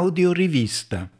Audiorivista.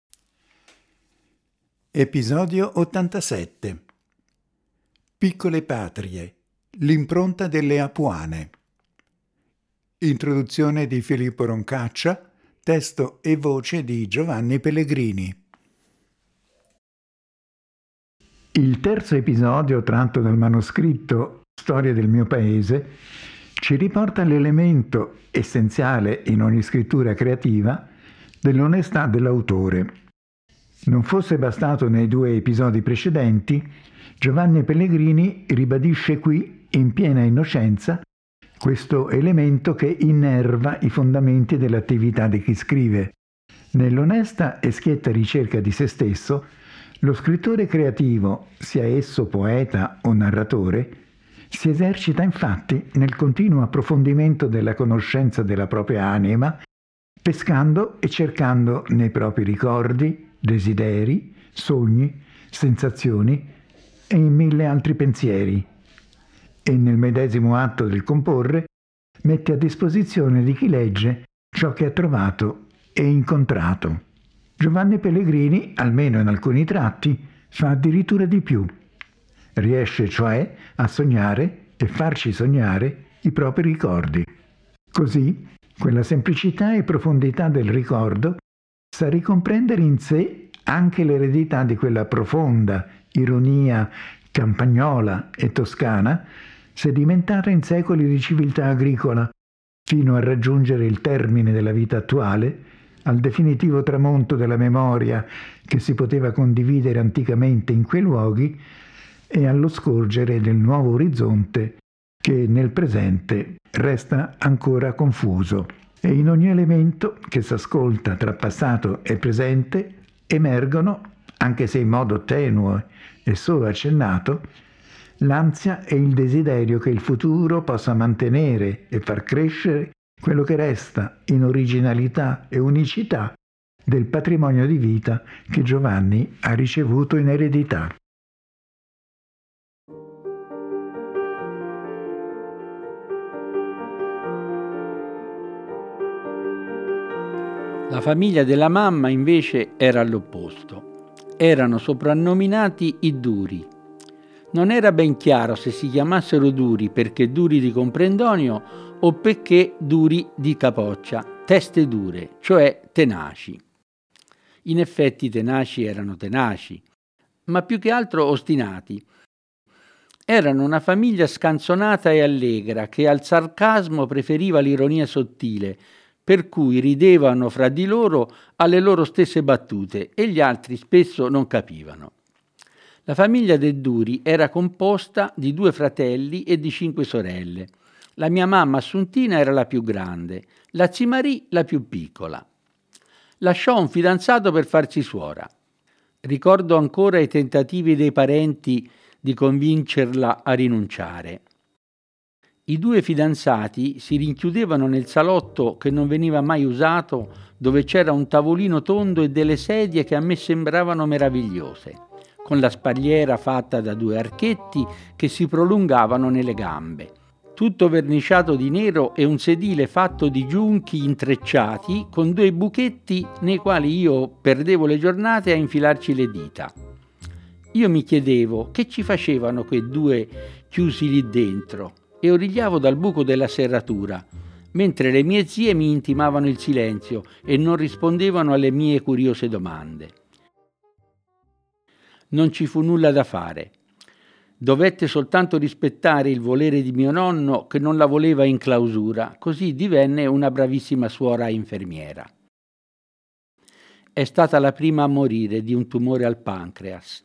Episodio 87. Piccole patrie. L'impronta delle Apuane. Introduzione di Filippo Roncaccia, testo e voce di Giovanni Pellegrini. Il terzo episodio, tratto dal manoscritto Storia del mio paese, ci riporta l'elemento essenziale in ogni scrittura creativa dell'onestà dell'autore. Non fosse bastato nei due episodi precedenti, Giovanni Pellegrini ribadisce qui, in piena innocenza, questo elemento che innerva i fondamenti dell'attività di chi scrive. Nell'onesta e schietta ricerca di se stesso, lo scrittore creativo, sia esso poeta o narratore, si esercita infatti nel continuo approfondimento della conoscenza della propria anima, pescando e cercando nei propri ricordi, desideri, sogni, sensazioni e in mille altri pensieri. E nel medesimo atto del comporre mette a disposizione di chi legge ciò che ha trovato e incontrato. Giovanni Pellegrini, almeno in alcuni tratti, fa addirittura di più. Riesce cioè a sognare e farci sognare i propri ricordi. Così, quella semplicità e profondità del ricordo sa ricomprendere in sé anche l'eredità di quella profonda ironia campagnola e toscana, sedimentata in secoli di civiltà agricola, fino a raggiungere il termine della vita attuale, al definitivo tramonto della memoria che si poteva condividere anticamente in quei luoghi e allo scorgere del nuovo orizzonte che nel presente resta ancora confuso. E in ogni elemento che s'ascolta tra passato e presente emergono, anche se in modo tenue e solo accennato, l'ansia e il desiderio che il futuro possa mantenere e far crescere quello che resta in originalità e unicità del patrimonio di vita che Giovanni ha ricevuto in eredità. La famiglia della mamma invece era all'opposto. Erano soprannominati i Duri. Non era ben chiaro se si chiamassero Duri perché duri di comprendonio o perché duri di capoccia, teste dure, cioè tenaci. In effetti tenaci erano tenaci, ma più che altro ostinati. Erano una famiglia scanzonata e allegra che al sarcasmo preferiva l'ironia sottile, per cui ridevano fra di loro alle loro stesse battute e gli altri spesso non capivano. La famiglia dei Duri era composta di 2 fratelli e di 5 sorelle. La mia mamma Assuntina era la più grande, la Cimarì la più piccola. Lasciò un fidanzato per farsi suora. Ricordo ancora i tentativi dei parenti di convincerla a rinunciare. I 2 fidanzati si rinchiudevano nel salotto che non veniva mai usato, dove c'era un tavolino tondo e delle sedie che a me sembravano meravigliose, con la spalliera fatta da 2 archetti che si prolungavano nelle gambe. Tutto verniciato di nero e un sedile fatto di giunchi intrecciati con 2 buchetti nei quali io perdevo le giornate a infilarci le dita. Io mi chiedevo che ci facevano quei 2 chiusi lì dentro e origliavo dal buco della serratura, mentre le mie zie mi intimavano il silenzio e non rispondevano alle mie curiose domande. Non ci fu nulla da fare. Dovette soltanto rispettare il volere di mio nonno che non la voleva in clausura, così divenne una bravissima suora infermiera. È stata la prima a morire di un tumore al pancreas.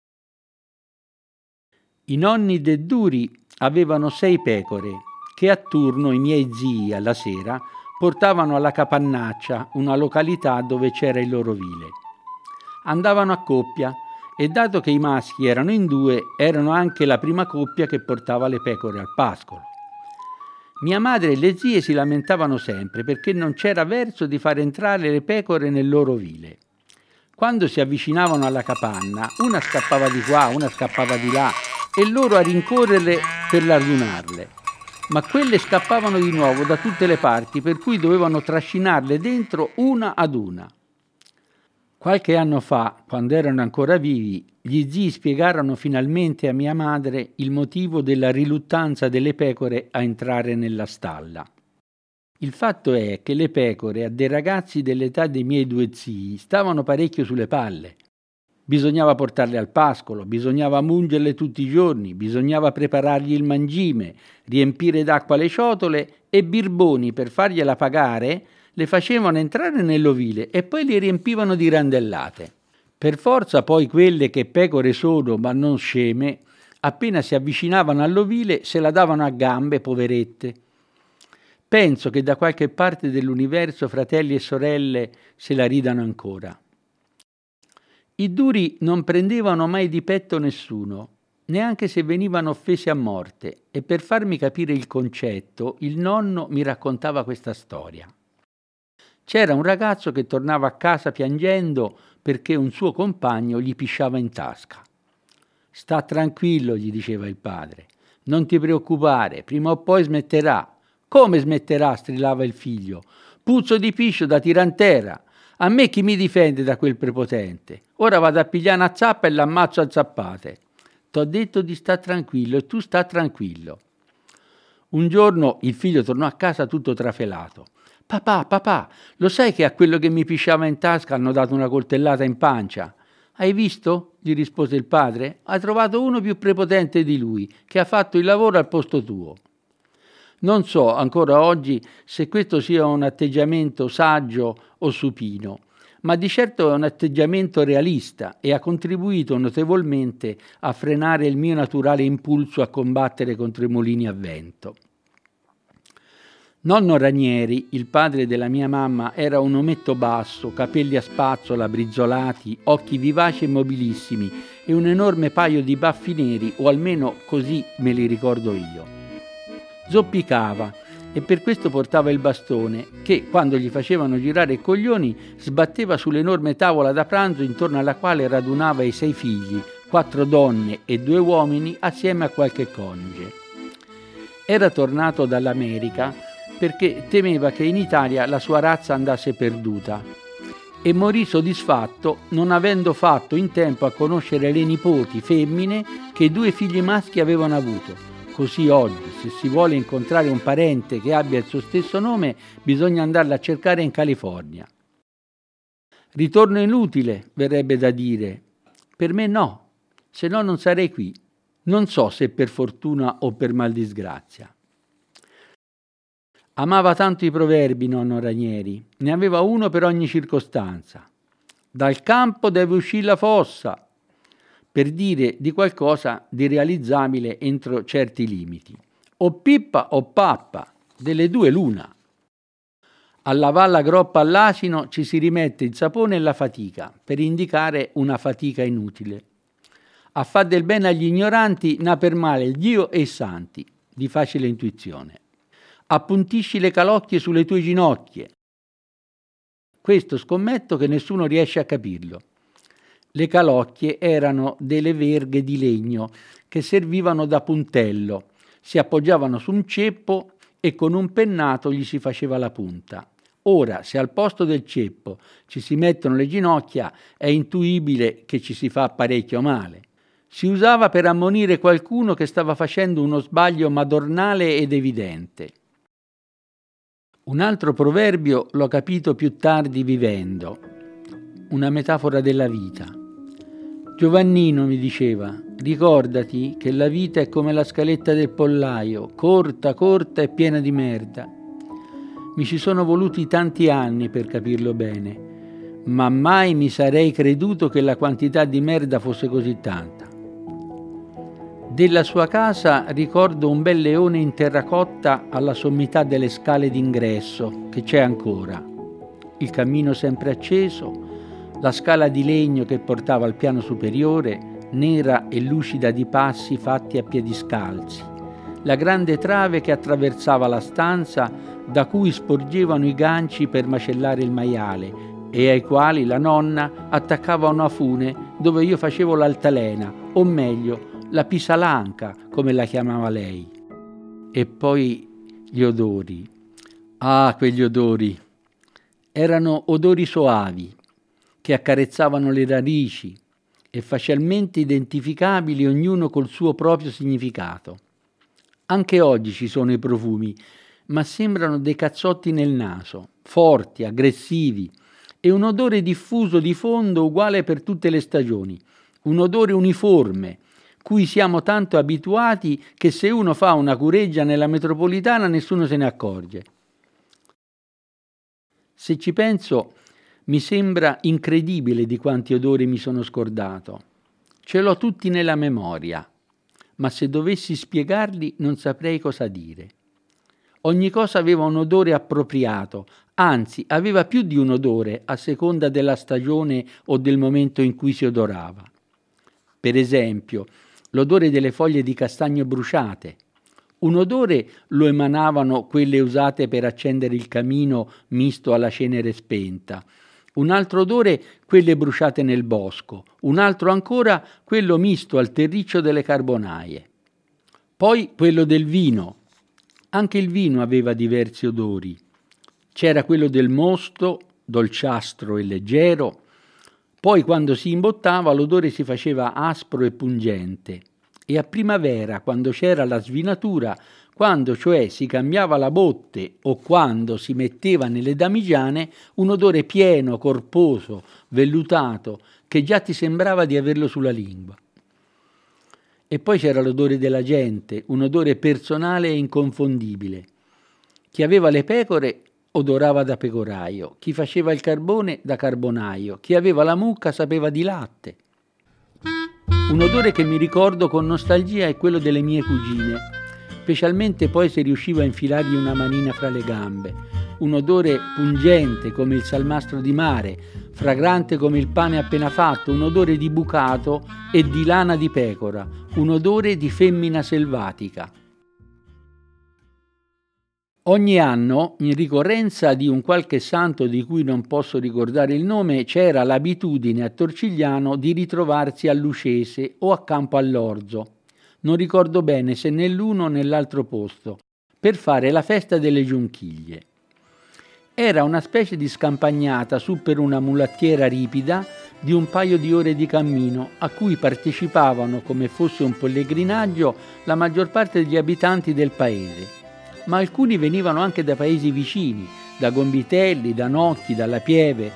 I nonni dei Duri avevano 6 pecore che a turno i miei zii alla sera portavano alla Capannaccia, una località dove c'era il loro vile. Andavano a coppia e dato che i maschi erano in 2, erano anche la prima coppia che portava le pecore al pascolo. Mia madre e le zie si lamentavano sempre perché non c'era verso di far entrare le pecore nel loro vile. Quando si avvicinavano alla capanna, una scappava di qua, una scappava di là, e loro a rincorrerle per radunarle. ma quelle scappavano di nuovo da tutte le parti, per cui dovevano trascinarle dentro una ad una. Qualche anno fa, quando erano ancora vivi, gli zii spiegarono finalmente a mia madre il motivo della riluttanza delle pecore a entrare nella stalla. Il fatto è che le pecore a dei ragazzi dell'età dei miei due zii stavano parecchio sulle palle. Bisognava portarle al pascolo, bisognava mungerle tutti i giorni, bisognava preparargli il mangime, riempire d'acqua le ciotole e birboni per fargliela pagare le facevano entrare nell'ovile e poi le riempivano di randellate. Per forza poi quelle che pecore sono ma non sceme, appena si avvicinavano all'ovile se la davano a gambe, poverette. Penso che da qualche parte dell'universo fratelli e sorelle se la ridano ancora. I duri non prendevano mai di petto nessuno, neanche se venivano offesi a morte, e per farmi capire il concetto, il nonno mi raccontava questa storia. C'era un ragazzo che tornava a casa piangendo perché un suo compagno gli pisciava in tasca. «Sta tranquillo», gli diceva il padre, «non ti preoccupare, prima o poi smetterà». «Come smetterà?» strillava il figlio. «Puzzo di piscio da tirantera. A me chi mi difende da quel prepotente? Ora vado a pigliare una zappa e l'ammazzo a zappate». «T'ho detto di sta tranquillo e tu sta tranquillo». Un giorno il figlio tornò a casa tutto trafelato. Papà, lo sai che a quello che mi pisciava in tasca hanno dato una coltellata in pancia?» «Hai visto?» gli rispose il padre. «Hai trovato uno più prepotente di lui, che ha fatto il lavoro al posto tuo». Non so ancora oggi se questo sia un atteggiamento saggio o supino, ma di certo è un atteggiamento realista e ha contribuito notevolmente a frenare il mio naturale impulso a combattere contro i mulini a vento. Nonno Ranieri, il padre della mia mamma, era un ometto basso, capelli a spazzola, brizzolati, occhi vivaci e mobilissimi e un enorme paio di baffi neri, o almeno così me li ricordo io. Zoppicava e per questo portava il bastone che, quando gli facevano girare i coglioni, sbatteva sull'enorme tavola da pranzo intorno alla quale radunava i 6 figli, 4 donne e 2 uomini assieme a qualche coniuge. Era tornato dall'America perché temeva che in Italia la sua razza andasse perduta e morì soddisfatto non avendo fatto in tempo a conoscere le nipoti femmine che i 2 figli maschi avevano avuto. Così oggi, se si vuole incontrare un parente che abbia il suo stesso nome, bisogna andarla a cercare in California. Ritorno inutile, verrebbe da dire. Per me no, se no non sarei qui. Non so se per fortuna o per maldisgrazia. Amava tanto i proverbi nonno Ranieri, ne aveva uno per ogni circostanza. Dal campo deve uscire la fossa, per dire di qualcosa di realizzabile entro certi limiti. O pippa o pappa, delle due l'una. A lavare la groppa all'asino ci si rimette il sapone e la fatica, per indicare una fatica inutile. A far del bene agli ignoranti n'ha per male il Dio e i santi, di facile intuizione. Appuntisci le calocchie sulle tue ginocchie. Questo scommetto che nessuno riesce a capirlo. Le calocchie erano delle verghe di legno che servivano da puntello, si appoggiavano su un ceppo e con un pennato gli si faceva la punta. Ora, se al posto del ceppo ci si mettono le ginocchia, è intuibile che ci si fa parecchio male. Si usava per ammonire qualcuno che stava facendo uno sbaglio madornale ed evidente. Un altro proverbio l'ho capito più tardi vivendo, una metafora della vita. Giovannino mi diceva, ricordati che la vita è come la scaletta del pollaio, corta, corta e piena di merda. Mi ci sono voluti tanti anni per capirlo bene, ma mai mi sarei creduto che la quantità di merda fosse così tanta. Della sua casa ricordo un bel leone in terracotta alla sommità delle scale d'ingresso, che c'è ancora. Il cammino sempre acceso, la scala di legno che portava al piano superiore, nera e lucida di passi fatti a piedi scalzi, la grande trave che attraversava la stanza da cui sporgevano i ganci per macellare il maiale e ai quali la nonna attaccava una fune dove io facevo l'altalena, o meglio, la pisalanca, come la chiamava lei. E poi gli odori. Ah, quegli odori! Erano odori soavi che accarezzavano le narici e facilmente identificabili, ognuno col suo proprio significato. Anche oggi ci sono i profumi, ma sembrano dei cazzotti nel naso, forti, aggressivi, e un odore diffuso di fondo uguale per tutte le stagioni, un odore uniforme, cui siamo tanto abituati che se uno fa una cureggia nella metropolitana nessuno se ne accorge. Se ci penso, mi sembra incredibile di quanti odori mi sono scordato. Ce l'ho tutti nella memoria, ma se dovessi spiegarli non saprei cosa dire. Ogni cosa aveva un odore appropriato, anzi aveva più di un odore a seconda della stagione o del momento in cui si odorava. Per esempio, l'odore delle foglie di castagno bruciate. Un odore lo emanavano quelle usate per accendere il camino misto alla cenere spenta, un altro odore quelle bruciate nel bosco, un altro ancora quello misto al terriccio delle carbonaie. Poi quello del vino. Anche il vino aveva diversi odori. C'era quello del mosto, dolciastro e leggero. Poi quando si imbottava l'odore si faceva aspro e pungente. E a primavera, quando c'era la svinatura, quando cioè si cambiava la botte o quando si metteva nelle damigiane, un odore pieno, corposo, vellutato, che già ti sembrava di averlo sulla lingua. E poi c'era l'odore della gente, un odore personale e inconfondibile. Chi aveva le pecore odorava da pecoraio, chi faceva il carbone da carbonaio, chi aveva la mucca sapeva di latte. Un odore che mi ricordo con nostalgia è quello delle mie cugine, specialmente poi se riuscivo a infilargli una manina fra le gambe. Un odore pungente come il salmastro di mare, fragrante come il pane appena fatto, un odore di bucato e di lana di pecora, un odore di femmina selvatica. Ogni anno, in ricorrenza di un qualche santo di cui non posso ricordare il nome, c'era l'abitudine a Torcigliano di ritrovarsi a Lucese o a Campo all'Orzo, non ricordo bene se nell'uno o nell'altro posto, per fare la festa delle giunchiglie. Era una specie di scampagnata su per una mulattiera ripida di un paio di ore di cammino, a cui partecipavano come fosse un pellegrinaggio la maggior parte degli abitanti del paese. Ma alcuni venivano anche da paesi vicini, da Gombitelli, da Nocchi, dalla Pieve.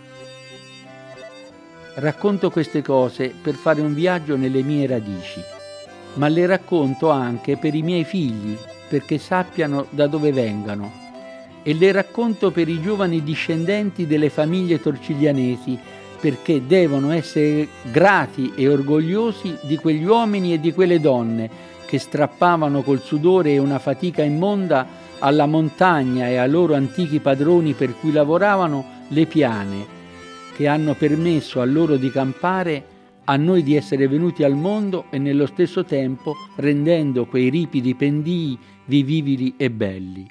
Racconto queste cose per fare un viaggio nelle mie radici, ma le racconto anche per i miei figli, perché sappiano da dove vengano, e le racconto per i giovani discendenti delle famiglie torciglianesi, perché devono essere grati e orgogliosi di quegli uomini e di quelle donne che strappavano col sudore e una fatica immonda alla montagna e ai loro antichi padroni per cui lavoravano le piane, che hanno permesso a loro di campare, a noi di essere venuti al mondo e nello stesso tempo rendendo quei ripidi pendii vivibili e belli.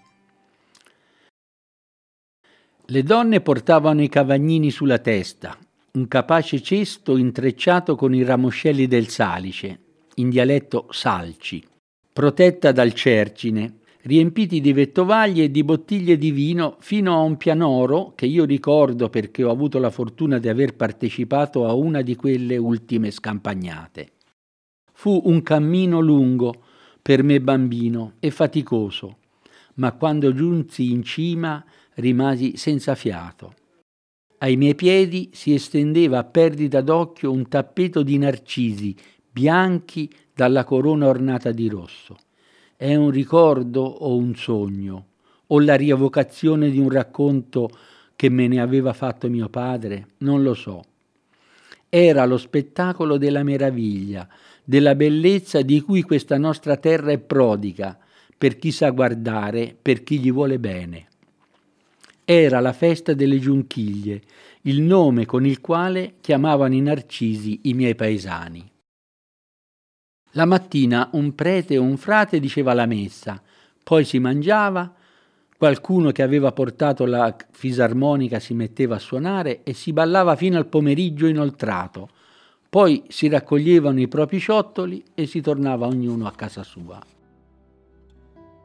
Le donne portavano i cavagnini sulla testa, un capace cesto intrecciato con i ramoscelli del salice, in dialetto salci, protetta dal cercine, riempiti di vettovaglie e di bottiglie di vino fino a un pianoro che io ricordo perché ho avuto la fortuna di aver partecipato a una di quelle ultime scampagnate. Fu un cammino lungo per me bambino e faticoso, ma quando giunsi in cima rimasi senza fiato. Ai miei piedi si estendeva a perdita d'occhio un tappeto di narcisi bianchi dalla corona ornata di rosso. È un ricordo o un sogno, o la rievocazione di un racconto che me ne aveva fatto mio padre? Non lo so. Era lo spettacolo della meraviglia, della bellezza di cui questa nostra terra è prodiga, per chi sa guardare, per chi gli vuole bene. Era la festa delle giunchiglie, il nome con il quale chiamavano i narcisi i miei paesani. La mattina un prete o un frate diceva la messa, poi si mangiava, qualcuno che aveva portato la fisarmonica si metteva a suonare e si ballava fino al pomeriggio inoltrato, poi si raccoglievano i propri ciottoli e si tornava ognuno a casa sua.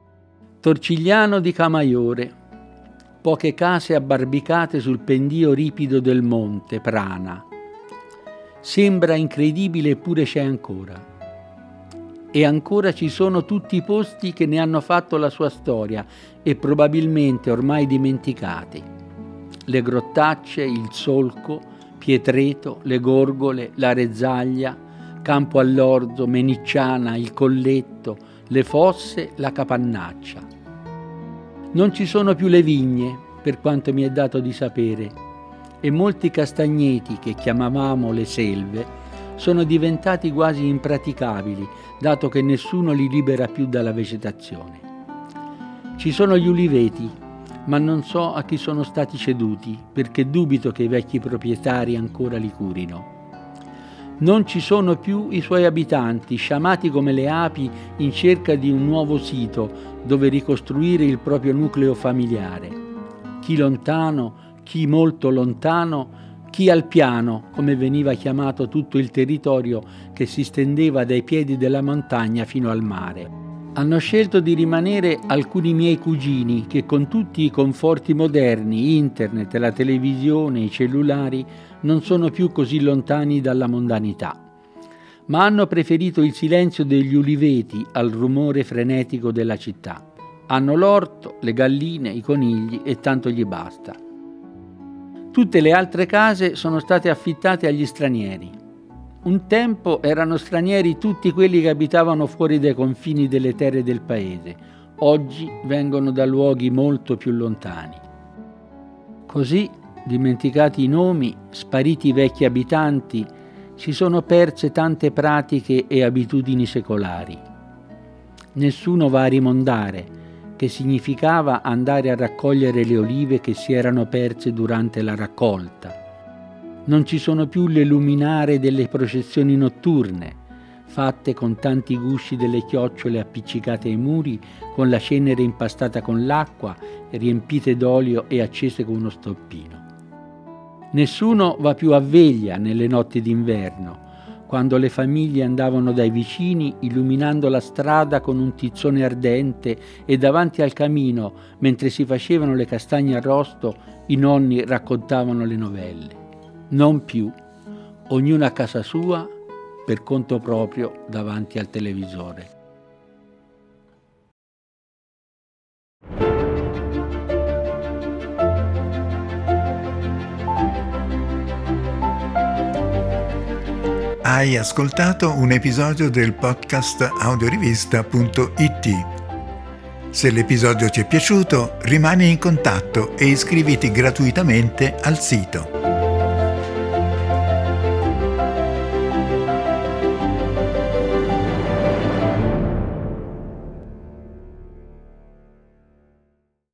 Torcigliano di Camaiore, poche case abbarbicate sul pendio ripido del monte Prana. Sembra incredibile, eppure c'è ancora. E ancora ci sono tutti i posti che ne hanno fatto la sua storia e probabilmente ormai dimenticati. Le grottacce, il solco, Pietreto, le gorgole, la Rezzaglia, Campo all'Orzo, Menicciana, il Colletto, le fosse, la Capannaccia. Non ci sono più le vigne, per quanto mi è dato di sapere, e molti castagneti che chiamavamo le selve sono diventati quasi impraticabili, dato che nessuno li libera più dalla vegetazione. Ci sono gli uliveti, ma non so a chi sono stati ceduti, perché dubito che i vecchi proprietari ancora li curino. Non ci sono più i suoi abitanti, sciamati come le api in cerca di un nuovo sito dove ricostruire il proprio nucleo familiare. Chi lontano, chi molto lontano, chi al piano, come veniva chiamato tutto il territorio che si stendeva dai piedi della montagna fino al mare. Hanno scelto di rimanere alcuni miei cugini che con tutti i conforti moderni, internet, la televisione, i cellulari, non sono più così lontani dalla mondanità, ma hanno preferito il silenzio degli uliveti al rumore frenetico della città. Hanno l'orto, le galline, i conigli e tanto gli basta. Tutte le altre case sono state affittate agli stranieri. Un tempo erano stranieri tutti quelli che abitavano fuori dai confini delle terre del paese. Oggi vengono da luoghi molto più lontani. Così, dimenticati i nomi, spariti i vecchi abitanti, si sono perse tante pratiche e abitudini secolari. Nessuno va a rimondare, che significava andare a raccogliere le olive che si erano perse durante la raccolta. Non ci sono più le luminare delle processioni notturne, fatte con tanti gusci delle chiocciole appiccicate ai muri, con la cenere impastata con l'acqua, riempite d'olio e accese con uno stoppino. Nessuno va più a veglia nelle notti d'inverno, quando le famiglie andavano dai vicini illuminando la strada con un tizzone ardente e davanti al camino, mentre si facevano le castagne arrosto, i nonni raccontavano le novelle. Non più, ognuno a casa sua, per conto proprio, davanti al televisore. Hai ascoltato un episodio del podcast audiorivista.it. Se l'episodio ti è piaciuto, rimani in contatto e iscriviti gratuitamente al sito.